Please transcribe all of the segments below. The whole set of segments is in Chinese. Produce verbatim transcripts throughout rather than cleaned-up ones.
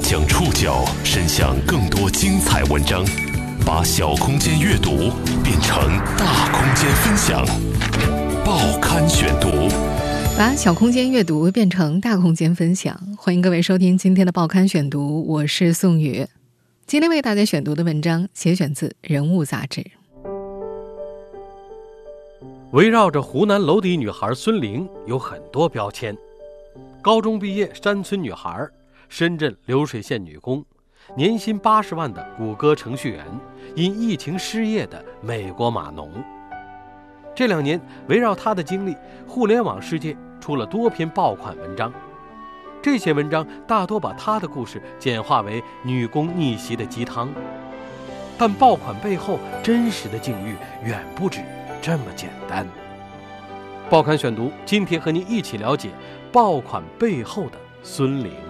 将触角伸向更多精彩文章，把小空间阅读变成大空间分享。报刊选读， 把小空间阅读变成大空间分享。欢迎各位收听今天的报刊选读，我是宋宇。今天为大家选读的文章节选自《人物》杂志。 围绕着湖南娄底女孩孙玲有很多标签：高中毕业山村女孩，深圳流水线女工，年薪八十万的谷歌程序员，因疫情失业的美国码农。这两年围绕她的经历，互联网世界出了多篇爆款文章。这些文章大多把她的故事简化为女工逆袭的鸡汤，但爆款背后真实的境遇远不止这么简单。报刊选读，今天和您一起了解爆款背后的孙玲。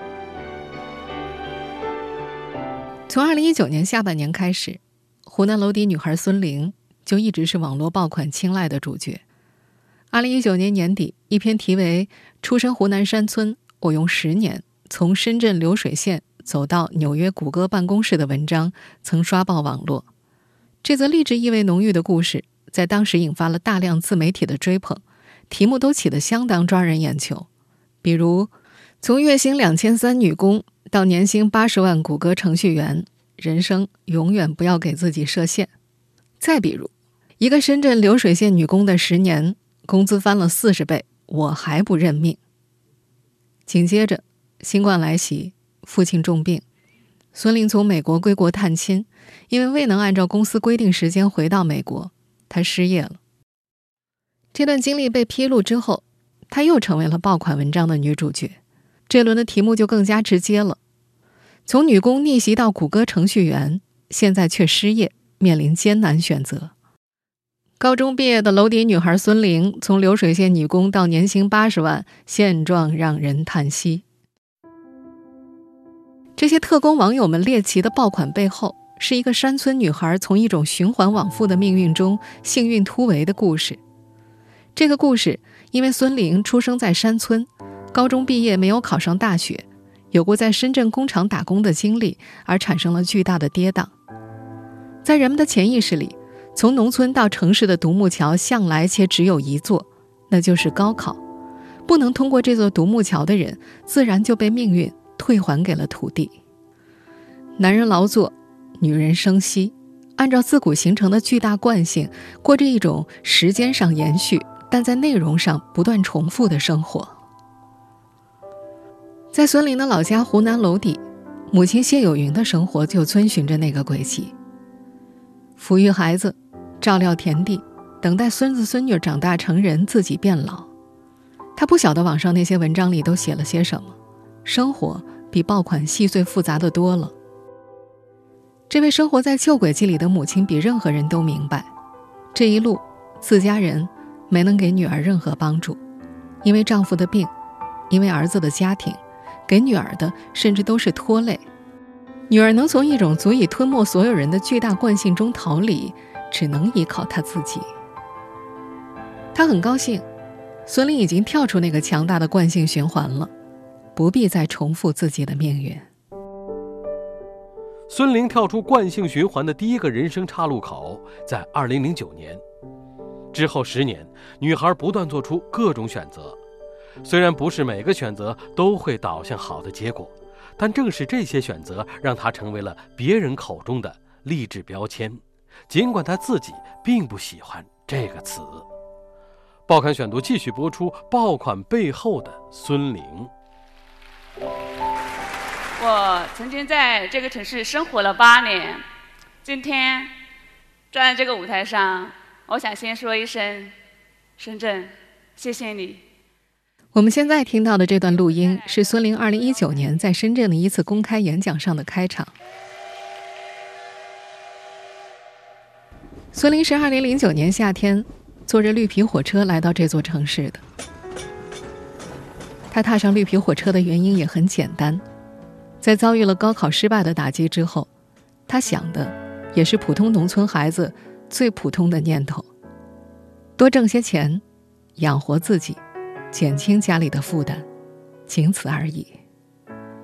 从二零一九年下半年开始，湖南娄底女孩孙玲就一直是网络爆款青睐的主角。二零一九年年底，一篇题为《出身湖南山村，我用十年从深圳流水线走到纽约谷歌办公室》的文章曾刷爆网络。这则励志意味浓郁的故事在当时引发了大量自媒体的追捧，题目都起得相当抓人眼球。比如从月薪两千三女工到年薪八十万谷歌程序员，人生永远不要给自己设限。再比如一个深圳流水线女工的十年，工资翻了四十倍，我还不认命。紧接着新冠来袭，父亲重病，孙玲从美国归国探亲，因为未能按照公司规定时间回到美国，她失业了。这段经历被披露之后，她又成为了爆款文章的女主角。这轮的题目就更加直接了，从女工逆袭到谷歌程序员，现在却失业，面临艰难选择。高中毕业的娄底女孩孙玲，从流水线女工到年薪八十万，现状让人叹息。这些特工网友们猎奇的爆款背后，是一个山村女孩从一种循环往复的命运中幸运突围的故事。这个故事因为孙玲出生在山村，高中毕业没有考上大学，有过在深圳工厂打工的经历，而产生了巨大的跌宕。在人们的潜意识里，从农村到城市的独木桥向来且只有一座，那就是高考。不能通过这座独木桥的人，自然就被命运退还给了土地。男人劳作，女人生息，按照自古形成的巨大惯性，过着一种时间上延续，但在内容上不断重复的生活。在孙玲的老家湖南娄底，母亲谢有云的生活就遵循着那个轨迹：抚育孩子，照料田地，等待孙子孙女长大成人，自己变老。她不晓得网上那些文章里都写了些什么，生活比爆款细碎复杂的多了。这位生活在旧轨迹里的母亲比任何人都明白，这一路自家人没能给女儿任何帮助，因为丈夫的病，因为儿子的家庭，给女儿的甚至都是拖累。女儿能从一种足以吞没所有人的巨大惯性中逃离，只能依靠她自己。她很高兴，孙玲已经跳出那个强大的惯性循环了，不必再重复自己的命运。 孙玲跳出惯性循环的第一个人生岔路口在二零零九年。之后十年，女孩不断做出各种选择，虽然不是每个选择都会导向好的结果，但正是这些选择让她成为了别人口中的励志标签，尽管她自己并不喜欢这个词。报刊选读继续播出爆款背后的孙玲。 我曾经在这个城市生活了八年，今天站在这个舞台上，我想先说一声深圳，谢谢你。 我们现在听到的这段录音是孙玲二零一九年在深圳的一次公开演讲上的开场。孙玲是二零零九年夏天坐着绿皮火车来到这座城市的。她踏上绿皮火车的原因也很简单，在遭遇了高考失败的打击之后，她想的也是普通农村孩子最普通的念头：多挣些钱，养活自己，减轻家里的负担，仅此而已。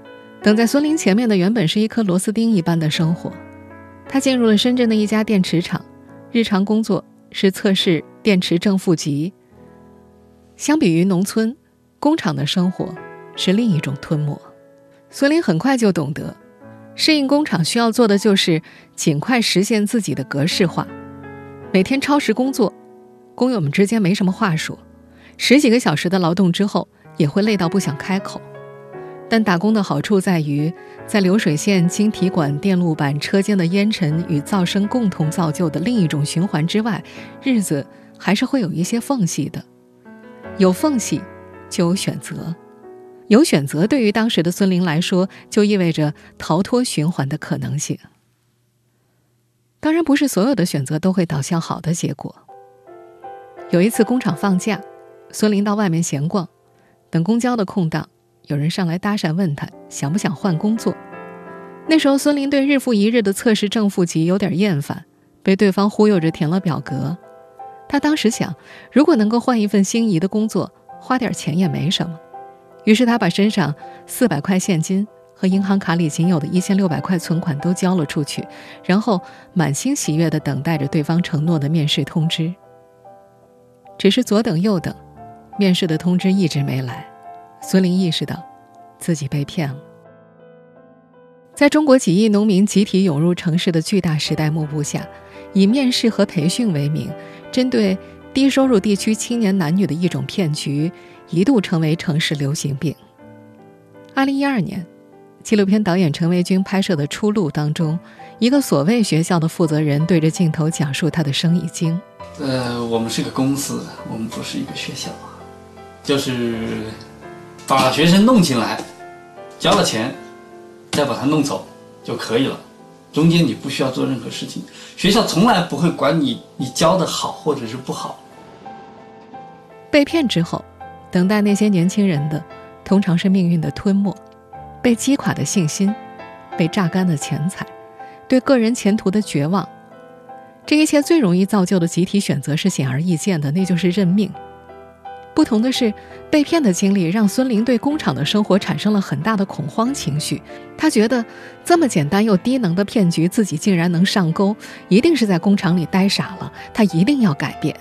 等在孙林前面的原本是一颗螺丝钉一般的生活。他进入了深圳的一家电池厂，日常工作是测试电池正负极。相比于农村，工厂的生活是另一种吞没。孙林很快就懂得，适应工厂需要做的就是尽快实现自己的格式化。每天超时工作，工友们之间没什么话说，十几个小时的劳动之后也会累到不想开口。但打工的好处在于，在流水线、晶体管、电路板、车间的烟尘与噪声共同造就的另一种循环之外，日子还是会有一些缝隙的。有缝隙就有选择，有选择对于当时的孙林来说，就意味着逃脱循环的可能性。当然不是所有的选择都会导向好的结果。有一次工厂放假，孙林到外面闲逛，等公交的空档，有人上来搭讪问他想不想换工作。那时候孙林对日复一日的测试正负极有点厌烦，被对方忽悠着填了表格。他当时想，如果能够换一份心仪的工作，花点钱也没什么。于是他把身上四百块现金和银行卡里仅有的一千六百块存款都交了出去，然后满心喜悦地等待着对方承诺的面试通知。只是左等右等，面试的通知一直没来。孙林意识到自己被骗了。在中国几亿农民集体涌入城市的巨大时代幕布下，以面试和培训为名，针对低收入地区青年男女的一种骗局，一度成为城市流行病。二零一二年，纪录片导演陈维军拍摄的《出路》当中，一个所谓学校的负责人对着镜头讲述他的生意经。 呃，我们是个公司，我们不是一个学校，就是把学生弄进来，交了钱，再把他弄走就可以了。中间你不需要做任何事情，学校从来不会管你你教的好或者是不好。 被骗之后，等待那些年轻人的通常是命运的吞没，被击垮的信心，被榨干的钱财，对个人前途的绝望。这一切最容易造就的集体选择是显而易见的，那就是认命。不同的是，被骗的经历让孙林对工厂的生活产生了很大的恐慌情绪。他觉得这么简单又低能的骗局自己竟然能上钩，一定是在工厂里呆傻了，他一定要改变。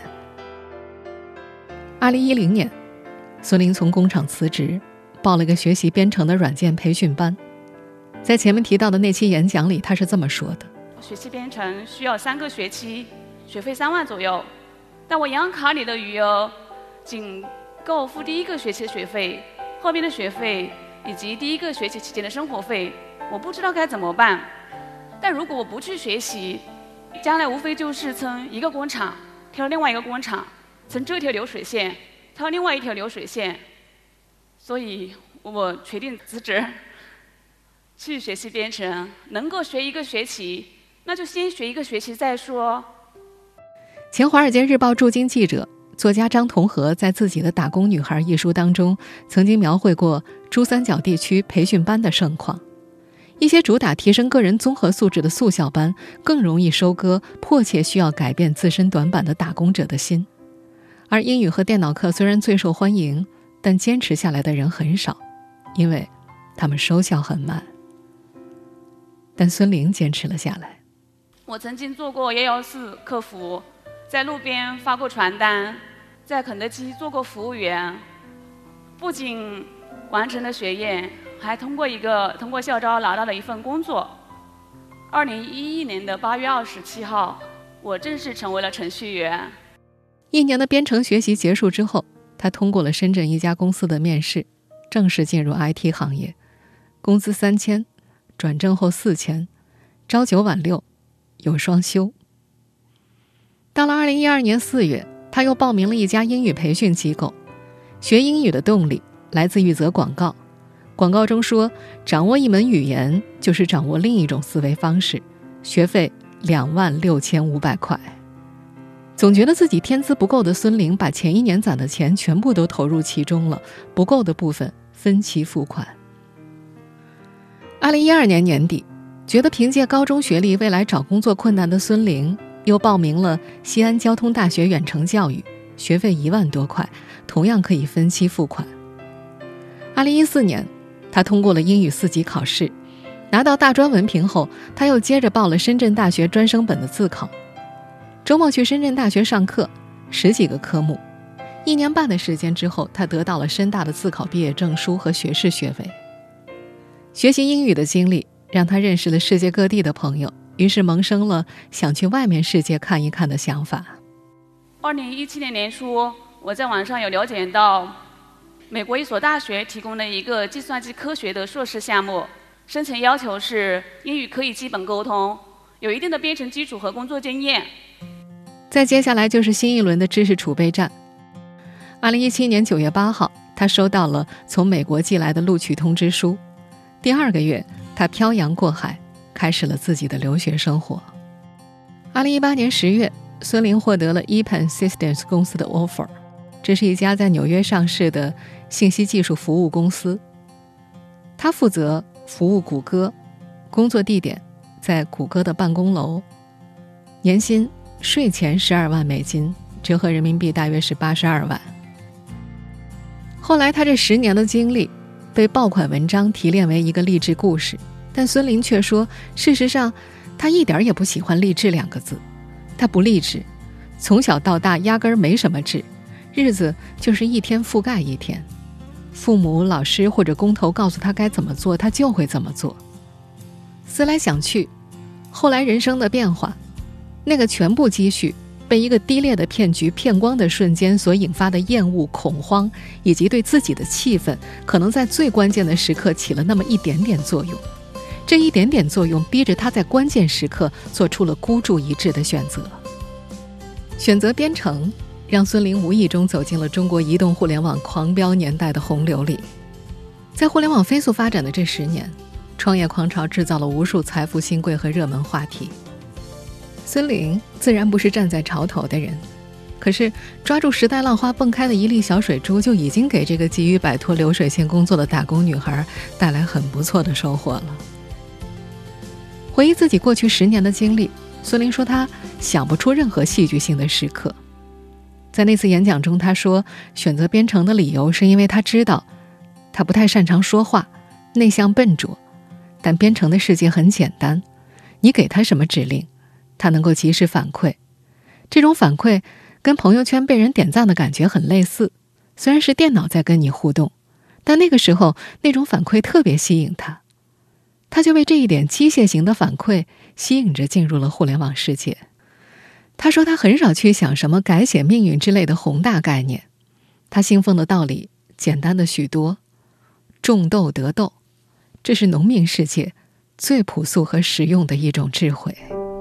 二零一零年，孙林从工厂辞职，报了个学习编程的软件培训班。在前面提到的那期演讲里，他是这么说的： 学习编程需要三个学期，学费三万左右，但我银行卡里的余额仅够付第一个学期的学费，后面的学费以及第一个学期期间的生活费，我不知道该怎么办。但如果我不去学习，将来无非就是从一个工厂跳另外一个工厂，从这条流水线跳另外一条流水线，所以我决定辞职，去学习编程。能够学一个学期，那就先学一个学期再说。 前《华尔街日报》驻京记者作家张同和在自己的《打工女孩》一书当中，曾经描绘过珠三角地区培训班的盛况。一些主打提升个人综合素质的速效班，更容易收割迫切需要改变自身短板的打工者的心。而英语和电脑课虽然最受欢迎，但坚持下来的人很少，因为他们收效很慢。但孙林坚持了下来。 我曾经做过一一四客服，在路边发过传单，在肯德基做过服务员，不仅完成了学业，还通过一个通过校招拿到了一份工作。二零一一年的八月二十七号，我正式成为了程序员。 一年的编程学习结束之后，他通过了深圳一家公司的面试，正式进入 I T 行业，工资三千，转正后四千，朝九晚六，有双休。到了二零一二年四月，他又报名了一家英语培训机构。学英语的动力来自一则广告，广告中说，掌握一门语言就是掌握另一种思维方式，学费两万六千五百块。总觉得自己天资不够的孙林，把前一年攒的钱全部都投入其中了，不够的部分分期付款。二零一二年年底，觉得凭借高中学历未来找工作困难的孙林，又报名了西安交通大学远程教育，学费一万多块，同样可以分期付款。二零一四年， 他通过了英语四级考试，拿到大专文凭后，他又接着报了深圳大学专升本的自考。周末去深圳大学上课，十几个科目，一年半的时间之后，他得到了深大的自考毕业证书和学士学位。学习英语的经历让他认识了世界各地的朋友，于是萌生了想去外面世界看一看的想法。 二零一七年年初，我在网上有了解到美国一所大学提供了一个计算机科学的硕士项目，申请要求是英语可以基本沟通，有一定的编程基础和工作经验。 再接下来就是新一轮的知识储备战。二零一七年九月八号，他收到了从美国寄来的录取通知书。第二个月，他漂洋过海，开始了自己的留学生活。二零一八年十月，孙林获得了 E P A N Systems 公司的 offer， 这是一家在纽约上市的信息技术服务公司。他负责服务谷歌，工作地点在谷歌的办公楼，年薪税前十二万美金，折合人民币大约是八十二万。后来他这十年的经历被爆款文章提炼为一个励志故事，但孙林却说，事实上他一点也不喜欢励志两个字，他不励志，从小到大压根儿没什么志，日子就是一天覆盖一天，父母、老师或者工头告诉他该怎么做，他就会怎么做。思来想去，后来人生的变化，那个全部积蓄被一个低劣的骗局骗光的瞬间所引发的厌恶、恐慌，以及对自己的气愤，可能在最关键的时刻起了那么一点点作用。这一点点作用逼着他在关键时刻做出了孤注一掷的选择。选择编程，让孙林无意中走进了中国移动互联网狂飙年代的洪流里。在互联网飞速发展的这十年，创业狂潮制造了无数财富新贵和热门话题。孙林自然不是站在潮头的人，可是抓住时代浪花蹦开的一粒小水珠，就已经给这个急于摆脱流水线工作的打工女孩带来很不错的收获了。回忆自己过去十年的经历，孙林说他想不出任何戏剧性的时刻。在那次演讲中，他说选择编程的理由是因为他知道他不太擅长说话，内向笨拙，但编程的世界很简单，你给他什么指令，他能够及时反馈。这种反馈跟朋友圈被人点赞的感觉很类似，虽然是电脑在跟你互动，但那个时候那种反馈特别吸引他，他就被这一点机械型的反馈吸引着进入了互联网世界。他说他很少去想什么改写命运之类的宏大概念，他信奉的道理简单的许多，种豆得豆，这是农民世界最朴素和实用的一种智慧。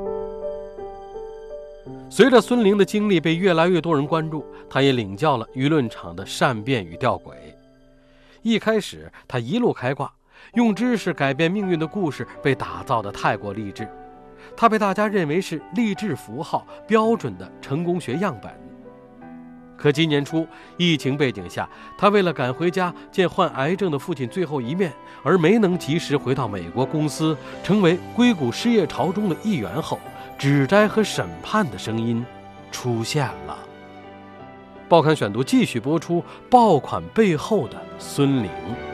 随着孙林的经历被越来越多人关注，他也领教了舆论场的善变与吊诡。一开始他一路开挂，用知识改变命运的故事被打造得太过励志，他被大家认为是励志符号，标准的成功学样本。可今年初，疫情背景下，他为了赶回家见患癌症的父亲最后一面，而没能及时回到美国公司，成为硅谷失业潮中的一员后，指摘和审判的声音出现了。报刊选读继续播出爆款背后的孙林。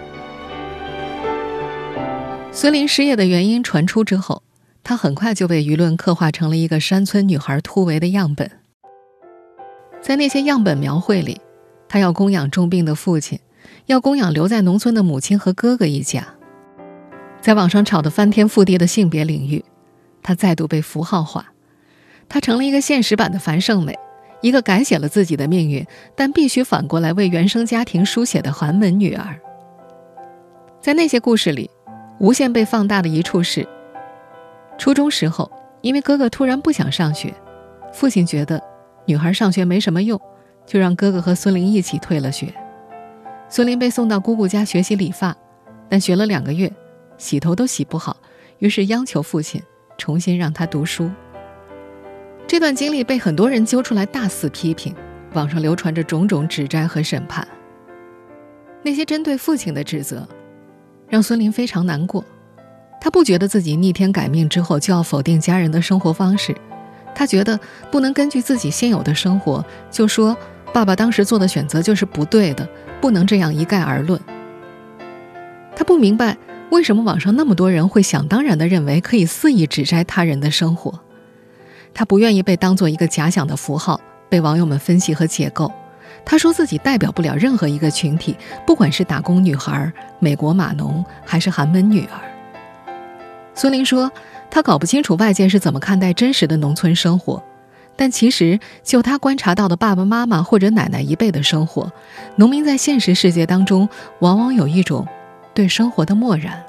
孙林失业的原因传出之后，他很快就被舆论刻画成了一个山村女孩突围的样本。在那些样本描绘里，他要供养重病的父亲，要供养留在农村的母亲和哥哥一家。在网上吵得翻天覆地的性别领域，他再度被符号化，他成了一个现实版的樊胜美，一个改写了自己的命运，但必须反过来为原生家庭书写的寒门女儿。在那些故事里，无限被放大的一处是，初中时候，因为哥哥突然不想上学，父亲觉得女孩上学没什么用，就让哥哥和孙林一起退了学。孙林被送到姑姑家学习理发，但学了两个月，洗头都洗不好，于是央求父亲重新让他读书。这段经历被很多人揪出来大肆批评，网上流传着种种指摘和审判。那些针对父亲的指责让孙林非常难过，他不觉得自己逆天改命之后就要否定家人的生活方式，他觉得不能根据自己现有的生活就说爸爸当时做的选择就是不对的，不能这样一概而论。 他不明白为什么网上那么多人会想当然地认为可以肆意指摘他人的生活。他不愿意被当作一个假想的符号，被网友们分析和解构。他说自己代表不了任何一个群体，不管是打工女孩、美国码农还是寒门女儿。孙玲说，她搞不清楚外界是怎么看待真实的农村生活，但其实就她观察到的爸爸妈妈或者奶奶一辈的生活，农民在现实世界当中往往有一种对生活的漠然。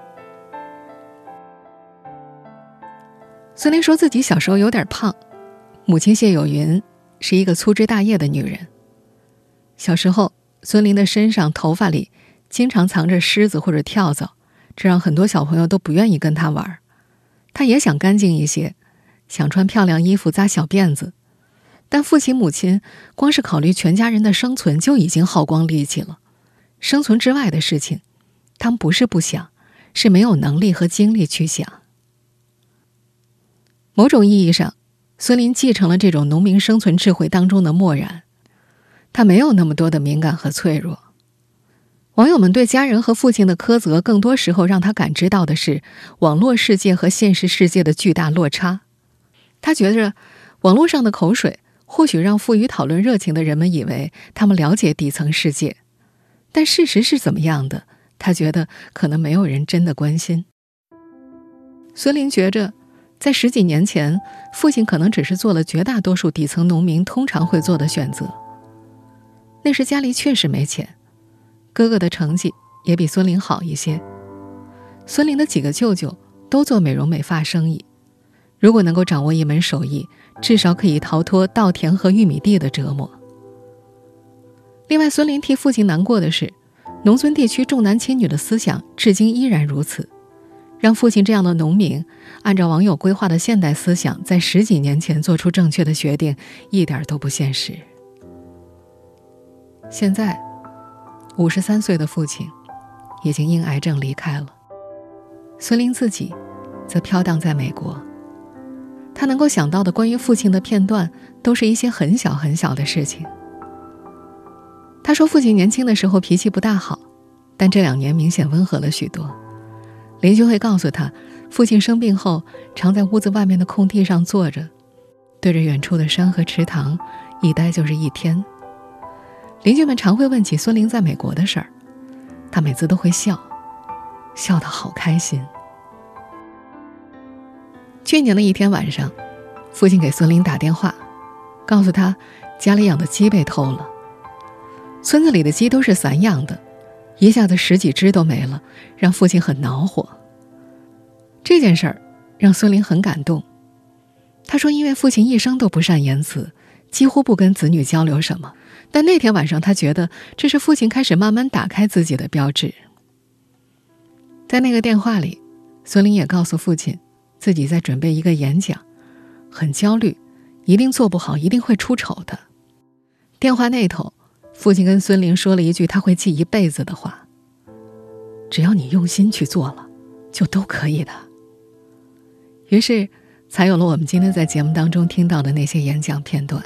孙玲说自己小时候有点胖，母亲谢有云是一个粗枝大叶的女人。小时候，孙玲的身上、头发里经常藏着虱子或者跳蚤，这让很多小朋友都不愿意跟她玩。她也想干净一些，想穿漂亮衣服、扎小辫子，但父亲母亲光是考虑全家人的生存就已经耗光力气了。生存之外的事情，他们不是不想，是没有能力和精力去想。某种意义上，孙玲继承了这种农民生存智慧当中的漠然。他没有那么多的敏感和脆弱。网友们对家人和父亲的苛责，更多时候让他感知到的是网络世界和现实世界的巨大落差。他觉着网络上的口水或许让富于讨论热情的人们以为他们了解底层世界，但事实是怎么样的，他觉得可能没有人真的关心。孙玲觉着在十几年前，父亲可能只是做了绝大多数底层农民通常会做的选择。那时家里确实没钱，哥哥的成绩也比孙玲好一些。孙玲的几个舅舅都做美容美发生意，如果能够掌握一门手艺，至少可以逃脱稻田和玉米地的折磨。另外，孙玲替父亲难过的是，农村地区重男轻女的思想至今依然如此，让父亲这样的农民按照网友规划的现代思想，在十几年前做出正确的决定，一点都不现实。现在五十三岁的父亲已经因癌症离开了，孙玲自己则飘荡在美国。他能够想到的关于父亲的片段，都是一些很小很小的事情。他说父亲年轻的时候脾气不大好，但这两年明显温和了许多。邻居会告诉他，父亲生病后常在屋子外面的空地上坐着，对着远处的山和池塘一待就是一天。邻居们常会问起孙玲在美国的事儿，他每次都会笑，笑得好开心。去年的一天晚上，父亲给孙玲打电话，告诉他家里养的鸡被偷了。村子里的鸡都是散养的，一下子十几只都没了，让父亲很恼火。这件事儿让孙玲很感动。他说因为父亲一生都不善言辞，几乎不跟子女交流什么，但那天晚上他觉得这是父亲开始慢慢打开自己的标志。在那个电话里，孙玲也告诉父亲自己在准备一个演讲，很焦虑，一定做不好，一定会出丑的。电话那头，父亲跟孙玲说了一句他会记一辈子的话：只要你用心去做了，就都可以的。于是才有了我们今天在节目当中听到的那些演讲片段。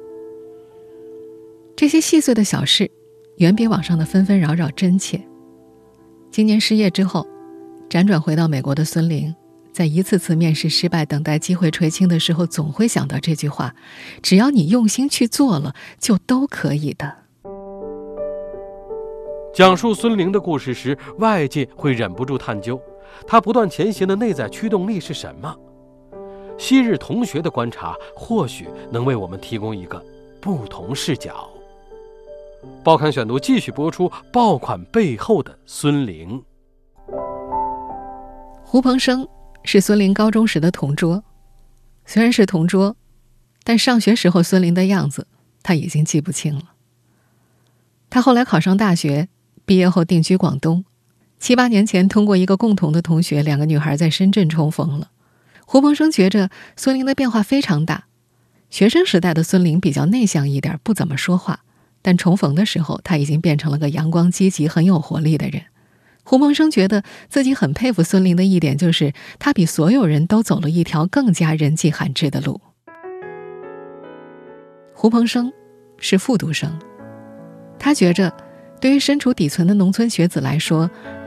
这些细碎的小事远比网上的纷纷扰扰真切。今年失业之后，辗转回到美国的孙玲，在一次次面试失败等待机会垂青的时候，总会想到这句话：只要你用心去做了，就都可以的。 讲述孙玲的故事时，外界会忍不住探究她不断前行的内在驱动力是什么。昔日同学的观察或许能为我们提供一个不同视角。报刊选读继续播出爆款背后的孙玲。 胡鹏生是孙玲高中时的同桌，虽然是同桌，但上学时候孙玲的样子他已经记不清了。他后来考上大学，毕业后定居广东，七八年前通过一个共同的同学，两个女孩在深圳重逢了。胡鹏生觉着孙玲的变化非常大，学生时代的孙玲比较内向一点，不怎么说话，但重逢的时候，她已经变成了个阳光积极、很有活力的人。胡鹏生觉得自己很佩服孙玲的一点，就是她比所有人都走了一条更加人迹罕至的路。胡鹏生是复读生，他觉着对于身处底层的农村学子来说，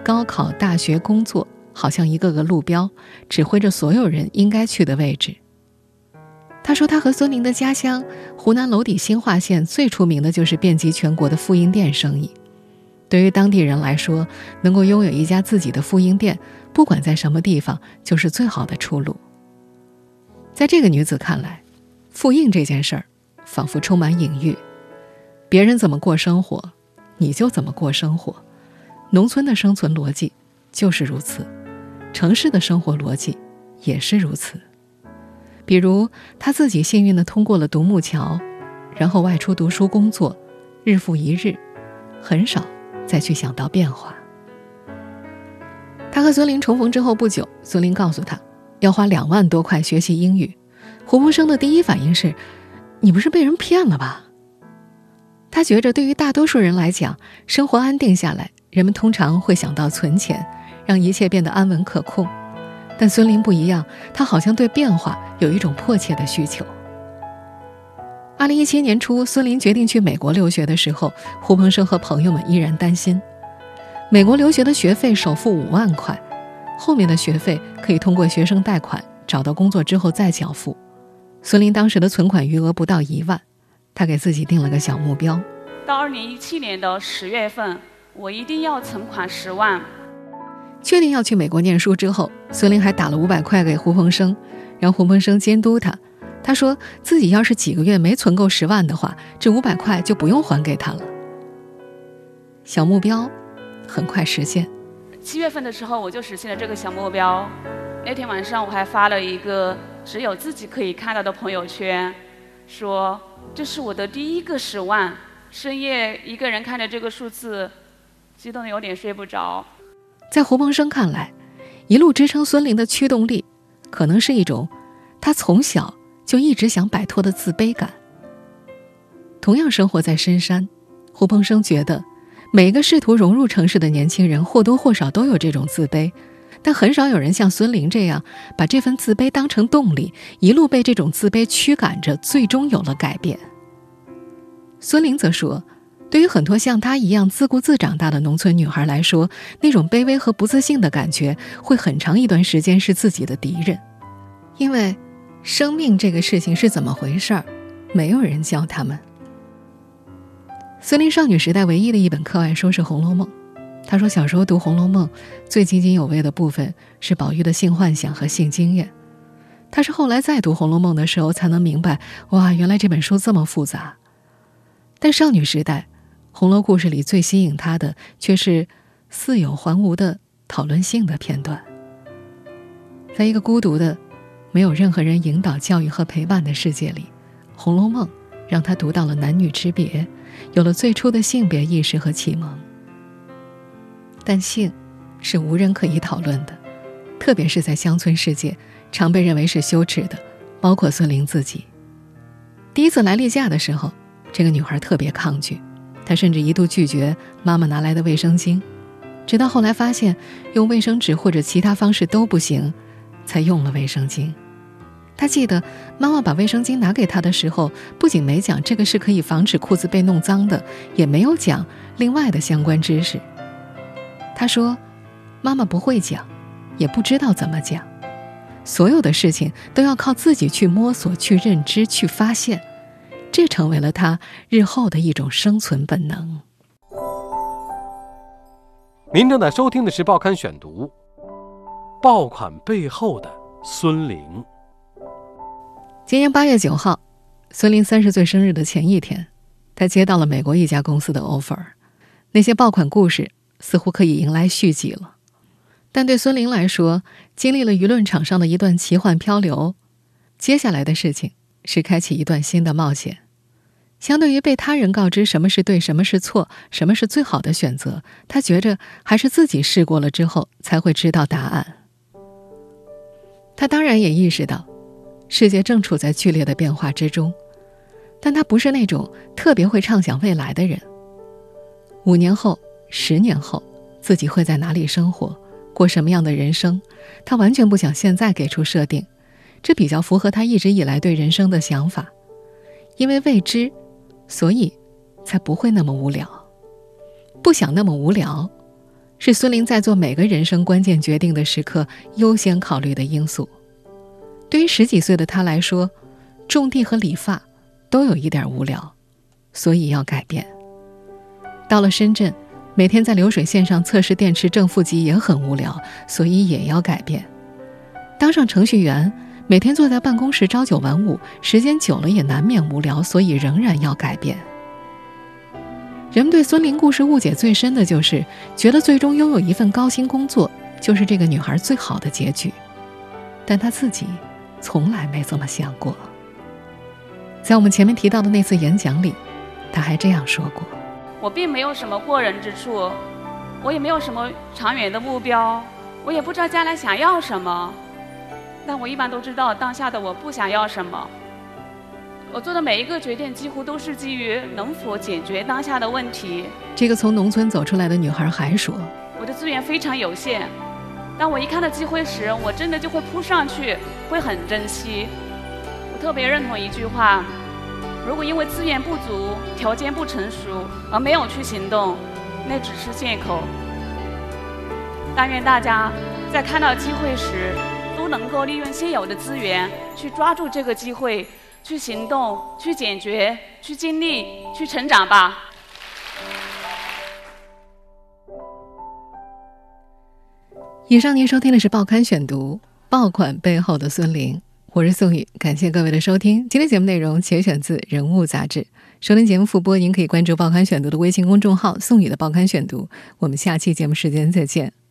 高考、大学、工作好像一个个路标，指挥着所有人应该去的位置。他说他和孙玲的家乡湖南娄底新化县最出名的就是遍及全国的复印店生意。对于当地人来说，能够拥有一家自己的复印店，不管在什么地方，就是最好的出路。在这个女子看来，复印这件事儿仿佛充满隐喻，别人怎么过生活，你就怎么过生活。农村的生存逻辑就是如此，城市的生活逻辑也是如此。比如他自己幸运地通过了独木桥，然后外出读书工作，日复一日，很少再去想到变化。他和孙玲重逢之后不久，孙玲告诉他要花两万多块学习英语。胡鹏生的第一反应是，你不是被人骗了吧？他觉着对于大多数人来讲，生活安定下来，人们通常会想到存钱，让一切变得安稳可控。但孙玲不一样，她好像对变化有一种迫切的需求。二零一七年初，孙玲决定去美国留学的时候，胡鹏生和朋友们依然担心。美国留学的学费首付五万块，后面的学费可以通过学生贷款，找到工作之后再缴付。孙玲当时的存款余额不到一万，她给自己定了个小目标， 到二零一七年的十月份，我一定要存款十万。 确定要去美国念书之后，孙玲还打了五百块给胡鹏生，让胡鹏生监督他。他说自己要是几个月没存够十万的话，这五百块就不用还给他了。小目标很快实现。 七月份的时候，我就实现了这个小目标。那天晚上我还发了一个只有自己可以看到的朋友圈，说这是我的第一个十万。深夜一个人看着这个数字，激动得有点睡不着。 在胡鹏生看来，一路支撑孙玲的驱动力，可能是一种他从小就一直想摆脱的自卑感。同样生活在深山，胡鹏生觉得每个试图融入城市的年轻人或多或少都有这种自卑，但很少有人像孙玲这样把这份自卑当成动力，一路被这种自卑驱赶着，最终有了改变。孙玲则说，对于很多像她一样自顾自长大的农村女孩来说，那种卑微和不自信的感觉会很长一段时间是自己的敌人。因为生命这个事情是怎么回事儿，没有人教他们。孙玲少女时代唯一的一本课外书是《红楼梦》，她说小时候读《红楼梦》最津津有味的部分是宝玉的性幻想和性经验。她是后来再读《红楼梦》的时候才能明白，哇，原来这本书这么复杂。但少女时代红楼故事里最吸引她的却是似有还无的讨论性的片段。在一个孤独的没有任何人引导教育和陪伴的世界里，《红楼梦》让她读到了男女之别，有了最初的性别意识和启蒙。但性是无人可以讨论的，特别是在乡村世界常被认为是羞耻的，包括孙玲自己。第一次来例假的时候，这个女孩特别抗拒，她甚至一度拒绝妈妈拿来的卫生巾，直到后来发现用卫生纸或者其他方式都不行，才用了卫生巾。她记得妈妈把卫生巾拿给她的时候，不仅没讲这个是可以防止裤子被弄脏的，也没有讲另外的相关知识。她说妈妈不会讲，也不知道怎么讲，所有的事情都要靠自己去摸索、去认知、去发现，这成为了她日后的一种生存本能。 您正在收听的是《报刊选读》，爆款背后的孙玲。 今年八月九号，孙玲三十岁生日的前一天，她接到了美国一家公司的 offer。那些爆款故事似乎可以迎来续集了，但对孙玲来说，经历了舆论场上的一段奇幻漂流，接下来的事情是开启一段新的冒险。相对于被他人告知什么是对，什么是错，什么是最好的选择，她觉着还是自己试过了之后才会知道答案。她当然也意识到世界正处在剧烈的变化之中，但她不是那种特别会畅想未来的人。五年后、十年后，自己会在哪里生活，过什么样的人生，她完全不想现在给出设定，这比较符合她一直以来对人生的想法。因为未知，所以才不会那么无聊。不想那么无聊， 是孙林在做每个人生关键决定的时刻优先考虑的因素。对于十几岁的他来说，种地和理发都有一点无聊，所以要改变。到了深圳，每天在流水线上测试电池正负极也很无聊，所以也要改变。当上程序员，每天坐在办公室朝九晚五，时间久了也难免无聊，所以仍然要改变。人们对孙林故事误解最深的就是觉得最终拥有一份高薪工作就是这个女孩最好的结局，但她自己从来没这么想过。在我们前面提到的那次演讲里，她还这样说过： 我并没有什么过人之处，我也没有什么长远的目标，我也不知道将来想要什么，但我一般都知道当下的我不想要什么。我做的每一个决定几乎都是基于能否解决当下的问题。 这个从农村走出来的女孩还说： 我的资源非常有限，当我一看到机会时，我真的就会扑上去，会很珍惜。我特别认同一句话：如果因为资源不足、条件不成熟而没有去行动，那只是借口。但愿大家在看到机会时都能够利用现有的资源去抓住这个机会，去行动，去解决，去经历，去成长吧。 以上您收听的是报刊选读，爆款背后的孙林，我是宋宇，感谢各位的收听。今天节目内容节选自《人物》杂志。收听节目复播，您可以关注报刊选读的微信公众号宋宇的报刊选读。我们下期节目时间再见。